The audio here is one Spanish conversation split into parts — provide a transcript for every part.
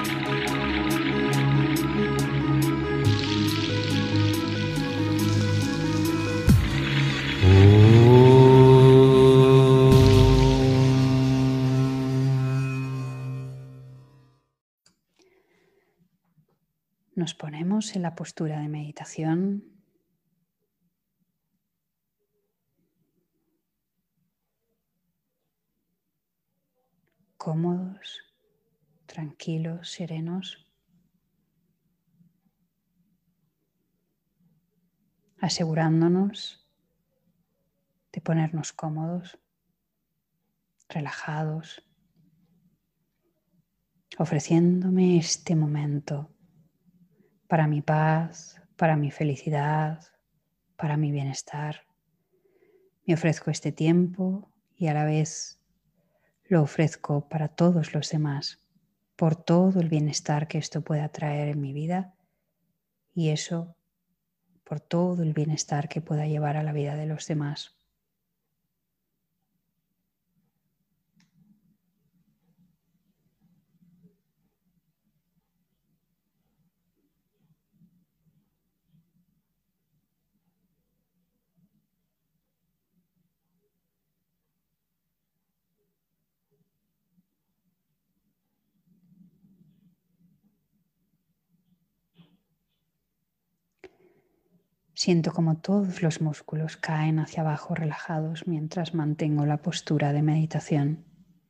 Nos ponemos en la postura de meditación. Cómodos, tranquilos, serenos. Asegurándonos de ponernos cómodos, relajados, ofreciéndome este momento para mi paz, para mi felicidad, para mi bienestar. Me ofrezco este tiempo y a la vez lo ofrezco para todos los demás, por todo el bienestar que esto pueda traer en mi vida y eso por todo el bienestar que pueda llevar a la vida de los demás. Siento como todos los músculos caen hacia abajo relajados mientras mantengo la postura de meditación.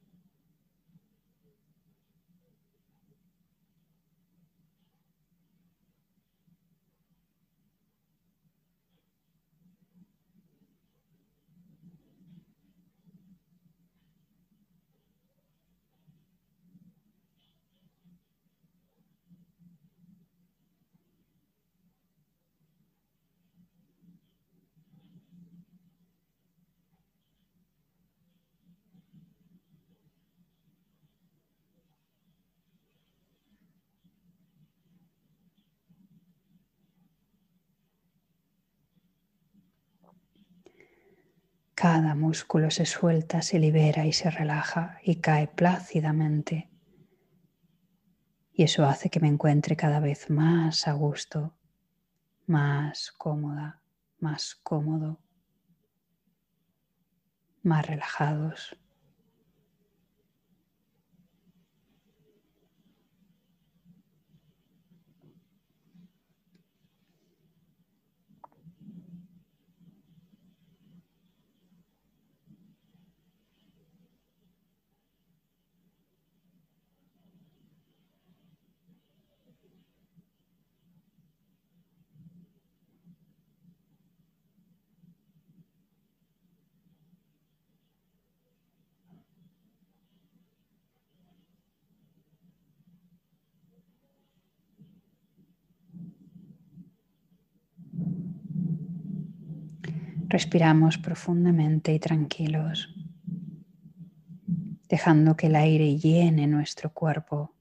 Cada músculo se suelta, se libera y se relaja y cae plácidamente. Y eso hace que me encuentre cada vez más a gusto, más cómoda, más cómodo, más relajados. Respiramos profundamente y tranquilos, dejando que el aire llene nuestro cuerpo.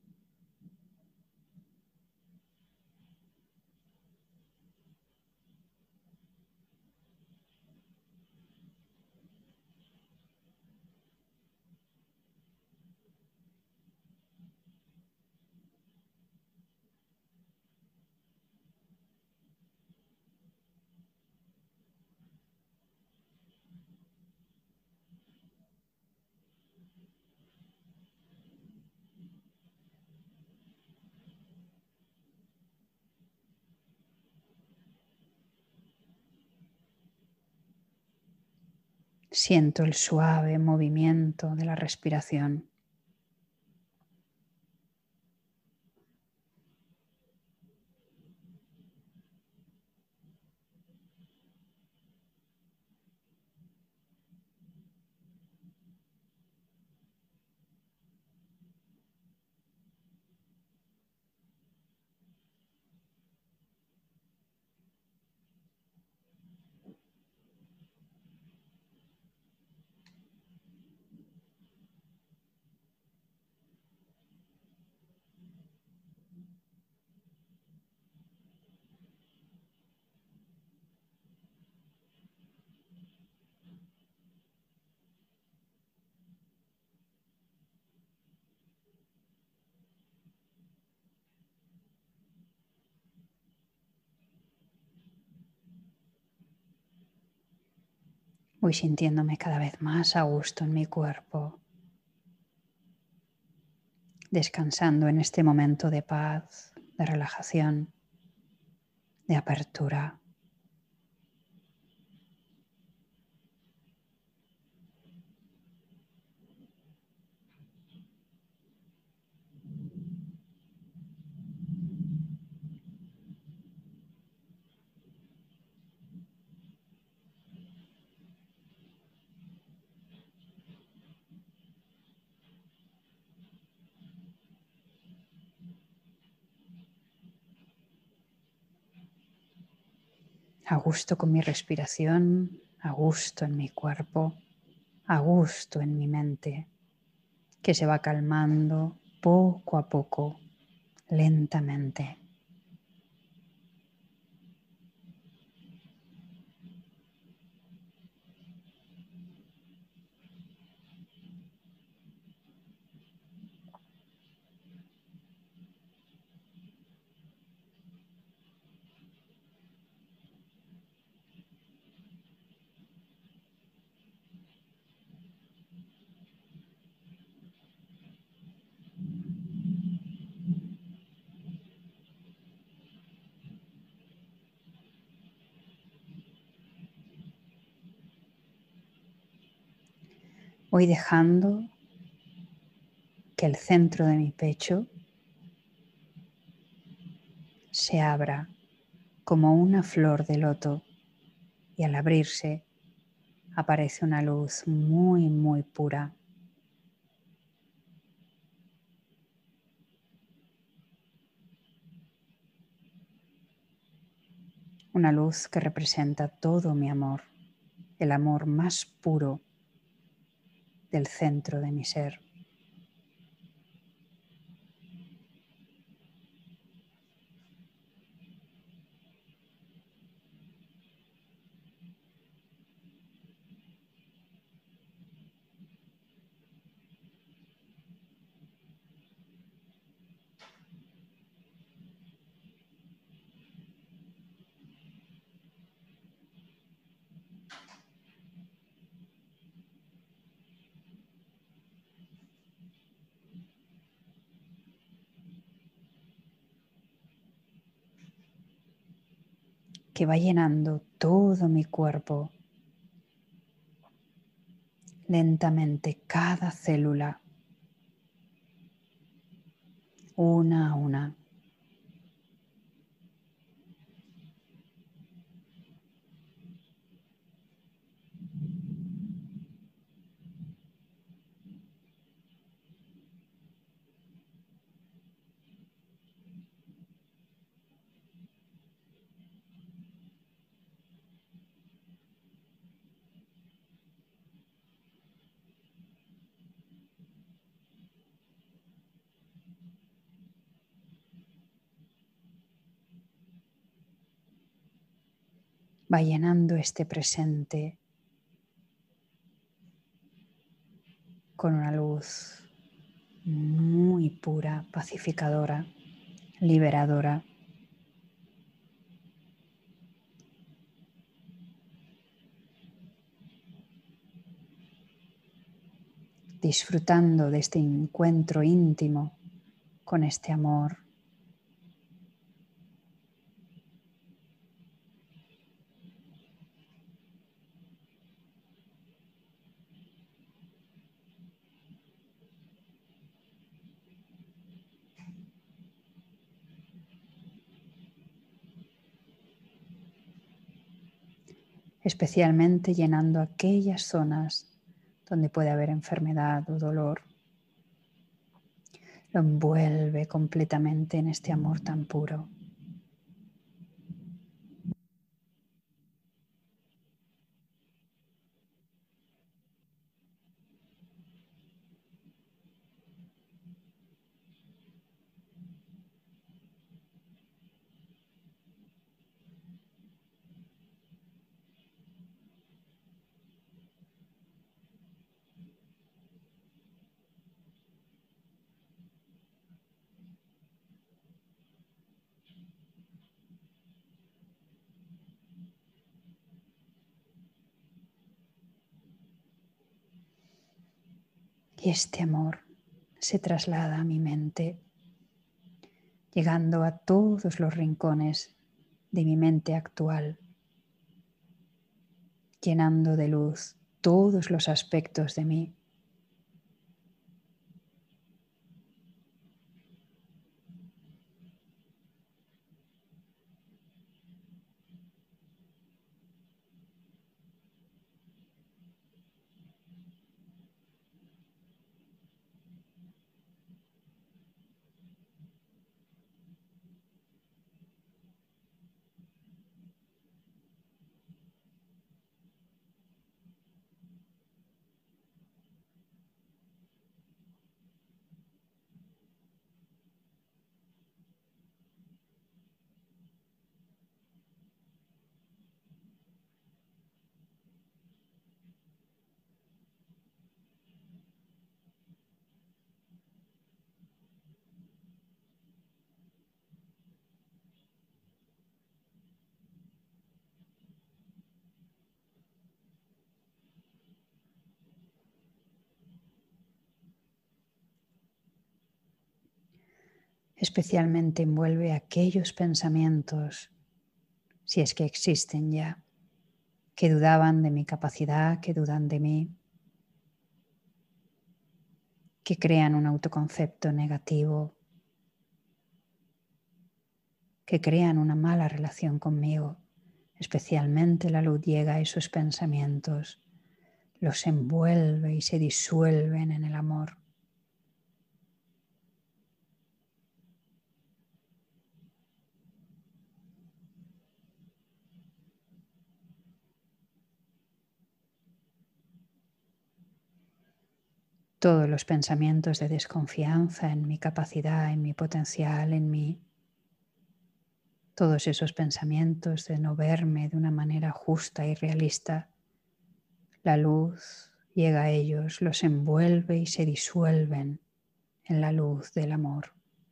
Siento el suave movimiento de la respiración. Voy sintiéndome cada vez más a gusto en mi cuerpo, descansando en este momento de paz, de relajación, de apertura. A gusto con mi respiración, a gusto en mi cuerpo, a gusto en mi mente, que se va calmando poco a poco, lentamente. Voy dejando que el centro de mi pecho se abra como una flor de loto y al abrirse aparece una luz muy, muy pura. Una luz que representa todo mi amor, el amor más puro del centro de mi ser. Que va llenando todo mi cuerpo, lentamente cada célula, una a una. Va llenando este presente con una luz muy pura, pacificadora, liberadora. Disfrutando de este encuentro íntimo con este amor. Especialmente llenando aquellas zonas donde puede haber enfermedad o dolor. Lo envuelve completamente en este amor tan puro. Y este amor se traslada a mi mente, llegando a todos los rincones de mi mente actual, llenando de luz todos los aspectos de mí. Especialmente envuelve aquellos pensamientos, si es que existen ya, que dudaban de mi capacidad, que dudan de mí, que crean un autoconcepto negativo, que crean una mala relación conmigo. Especialmente la luz llega a esos pensamientos, los envuelve y se disuelven en el amor. Todos los pensamientos de desconfianza en mi capacidad, en mi potencial, en mí. Todos esos pensamientos de no verme de una manera justa y realista. La luz llega a ellos, los envuelve y se disuelven en la luz del amor.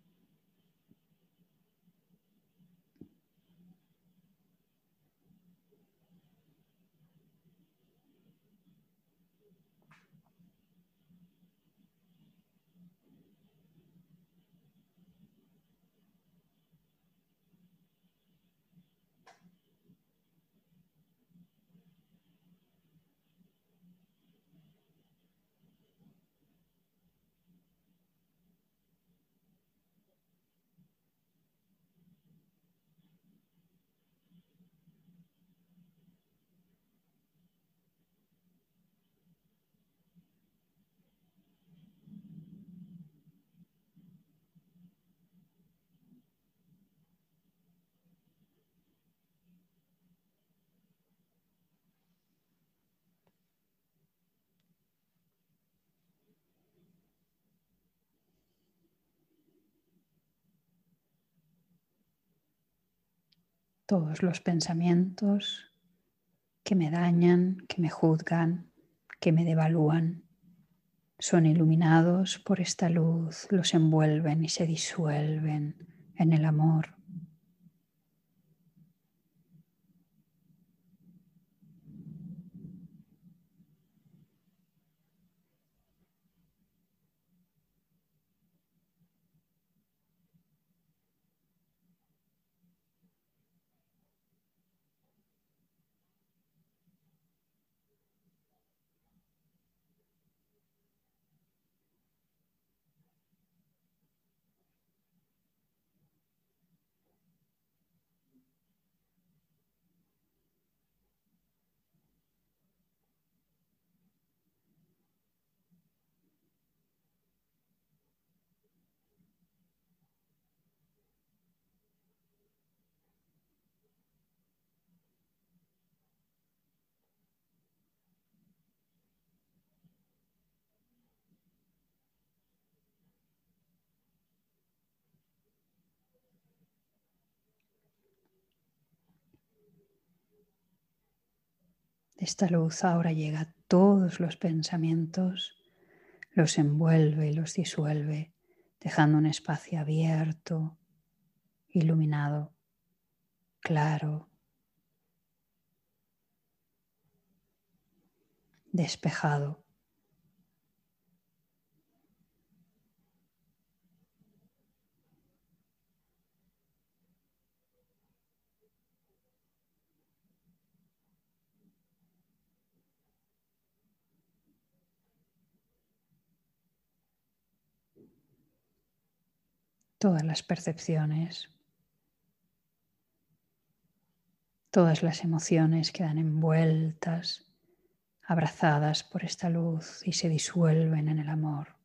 Todos los pensamientos que me dañan, que me juzgan, que me devalúan, son iluminados por esta luz, los envuelven y se disuelven en el amor. Esta luz ahora llega a todos los pensamientos, los envuelve y los disuelve, dejando un espacio abierto, iluminado, claro, despejado. todas las percepciones, todas las emociones quedan envueltas, abrazadas por esta luz y se disuelven en el amor.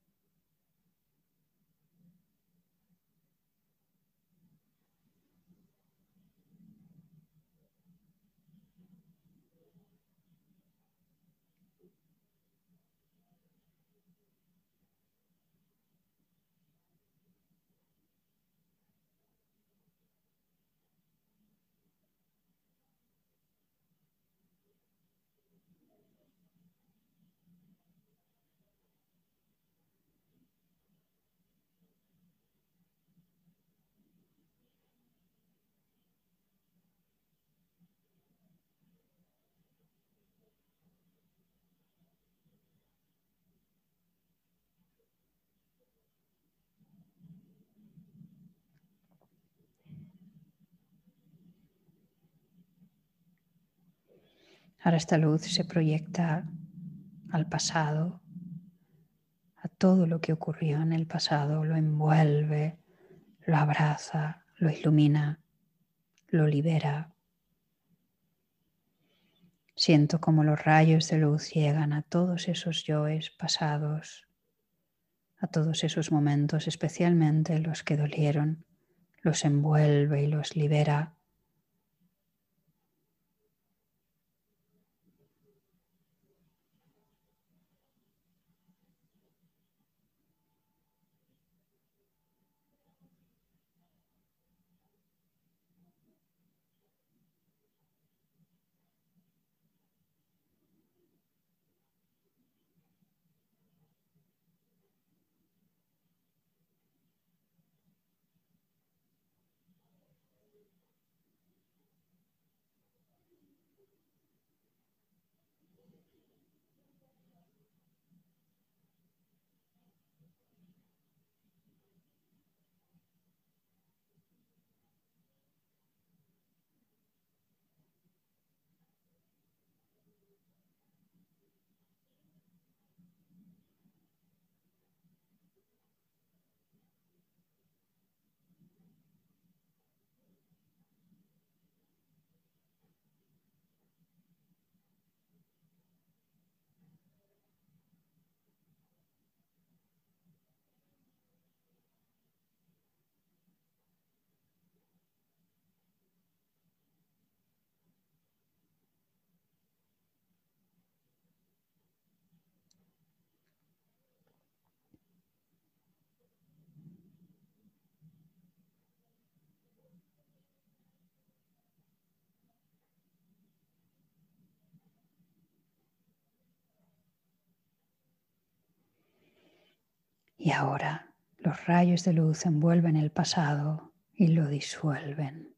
Ahora esta luz se proyecta al pasado, a todo lo que ocurrió en el pasado, lo envuelve, lo abraza, lo ilumina, lo libera. Siento como los rayos de luz llegan a todos esos yoes pasados, a todos esos momentos, especialmente los que dolieron, los envuelve y los libera. Y ahora los rayos de luz envuelven el pasado y lo disuelven.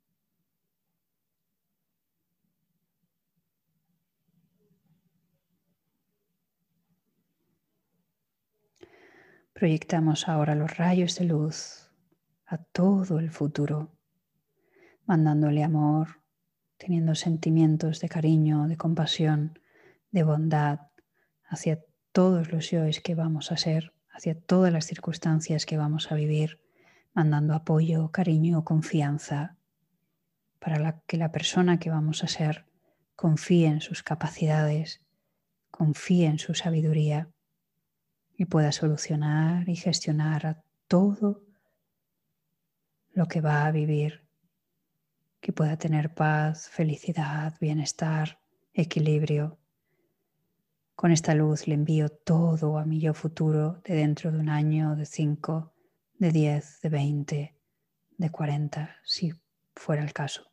Proyectamos ahora los rayos de luz a todo el futuro, mandándole amor, teniendo sentimientos de cariño, de compasión, de bondad hacia todos los yoes que vamos a ser, hacia todas las circunstancias que vamos a vivir, mandando apoyo, cariño, confianza, para que la persona que vamos a ser confíe en sus capacidades, confíe en su sabiduría y pueda solucionar y gestionar a todo lo que va a vivir, que pueda tener paz, felicidad, bienestar, equilibrio. Con esta luz le envío todo a mi yo futuro de dentro de un año, de 5, de 10, de 20, de 40, si fuera el caso.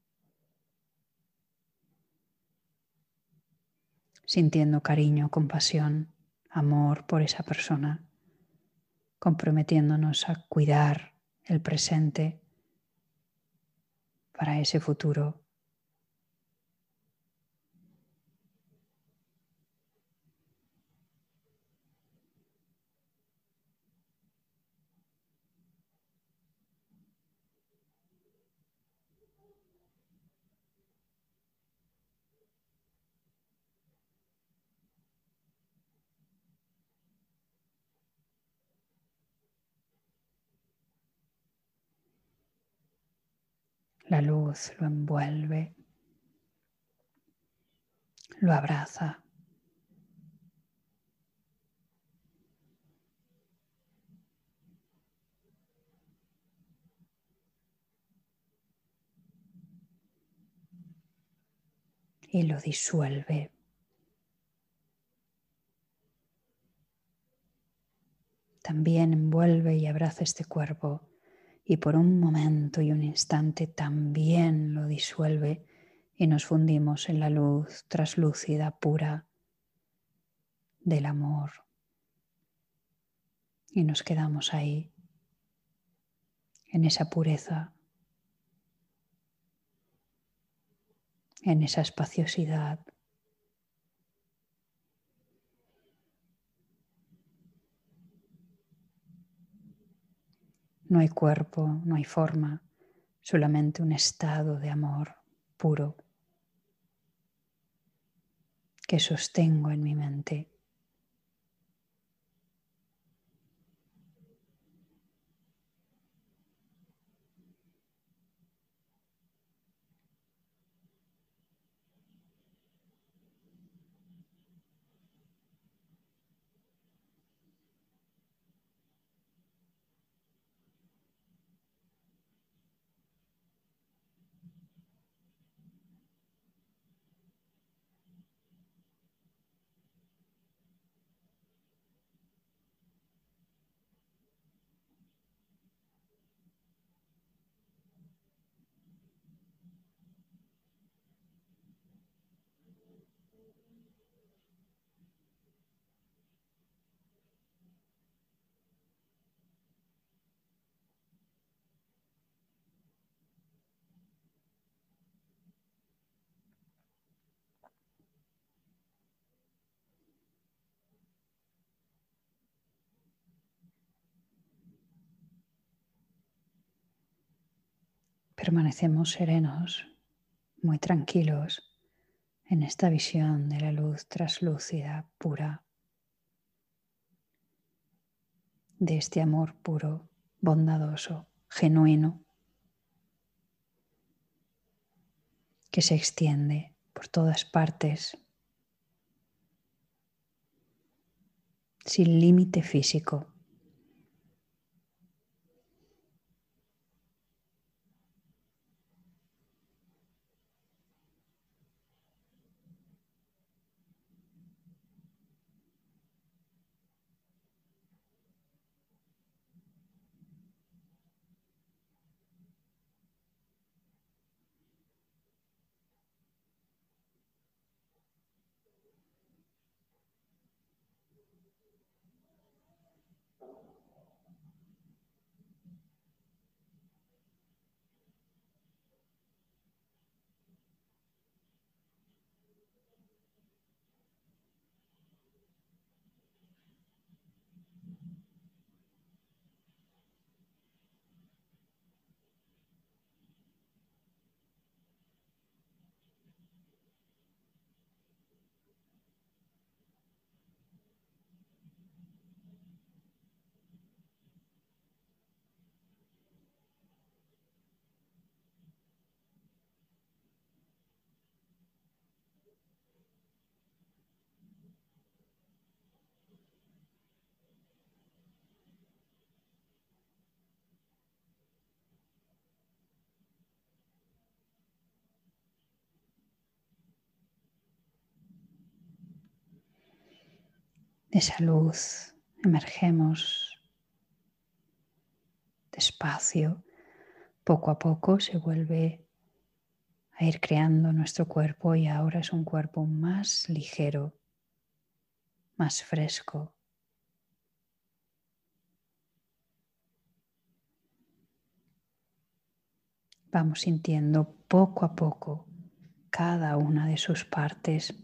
Sintiendo cariño, compasión, amor por esa persona, comprometiéndonos a cuidar el presente para ese futuro. La luz lo envuelve, lo abraza. Y lo disuelve. También envuelve y abraza este cuerpo y por un momento y un instante también lo disuelve y nos fundimos en la luz traslúcida pura del amor y nos quedamos ahí, en esa pureza, en esa espaciosidad. No hay cuerpo, no hay forma, solamente un estado de amor puro que sostengo en mi mente. Permanecemos serenos, muy tranquilos en esta visión de la luz traslúcida, pura, de este amor puro, bondadoso, genuino, que se extiende por todas partes, sin límite físico. De esa luz emergemos despacio, poco a poco se vuelve a ir creando nuestro cuerpo y ahora es un cuerpo más ligero, más fresco. Vamos sintiendo poco a poco cada una de sus partes.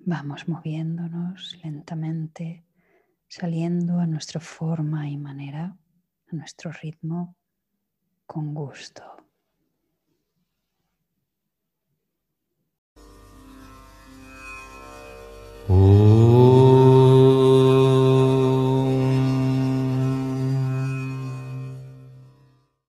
Vamos moviéndonos lentamente, saliendo a nuestra forma y manera, a nuestro ritmo, con gusto.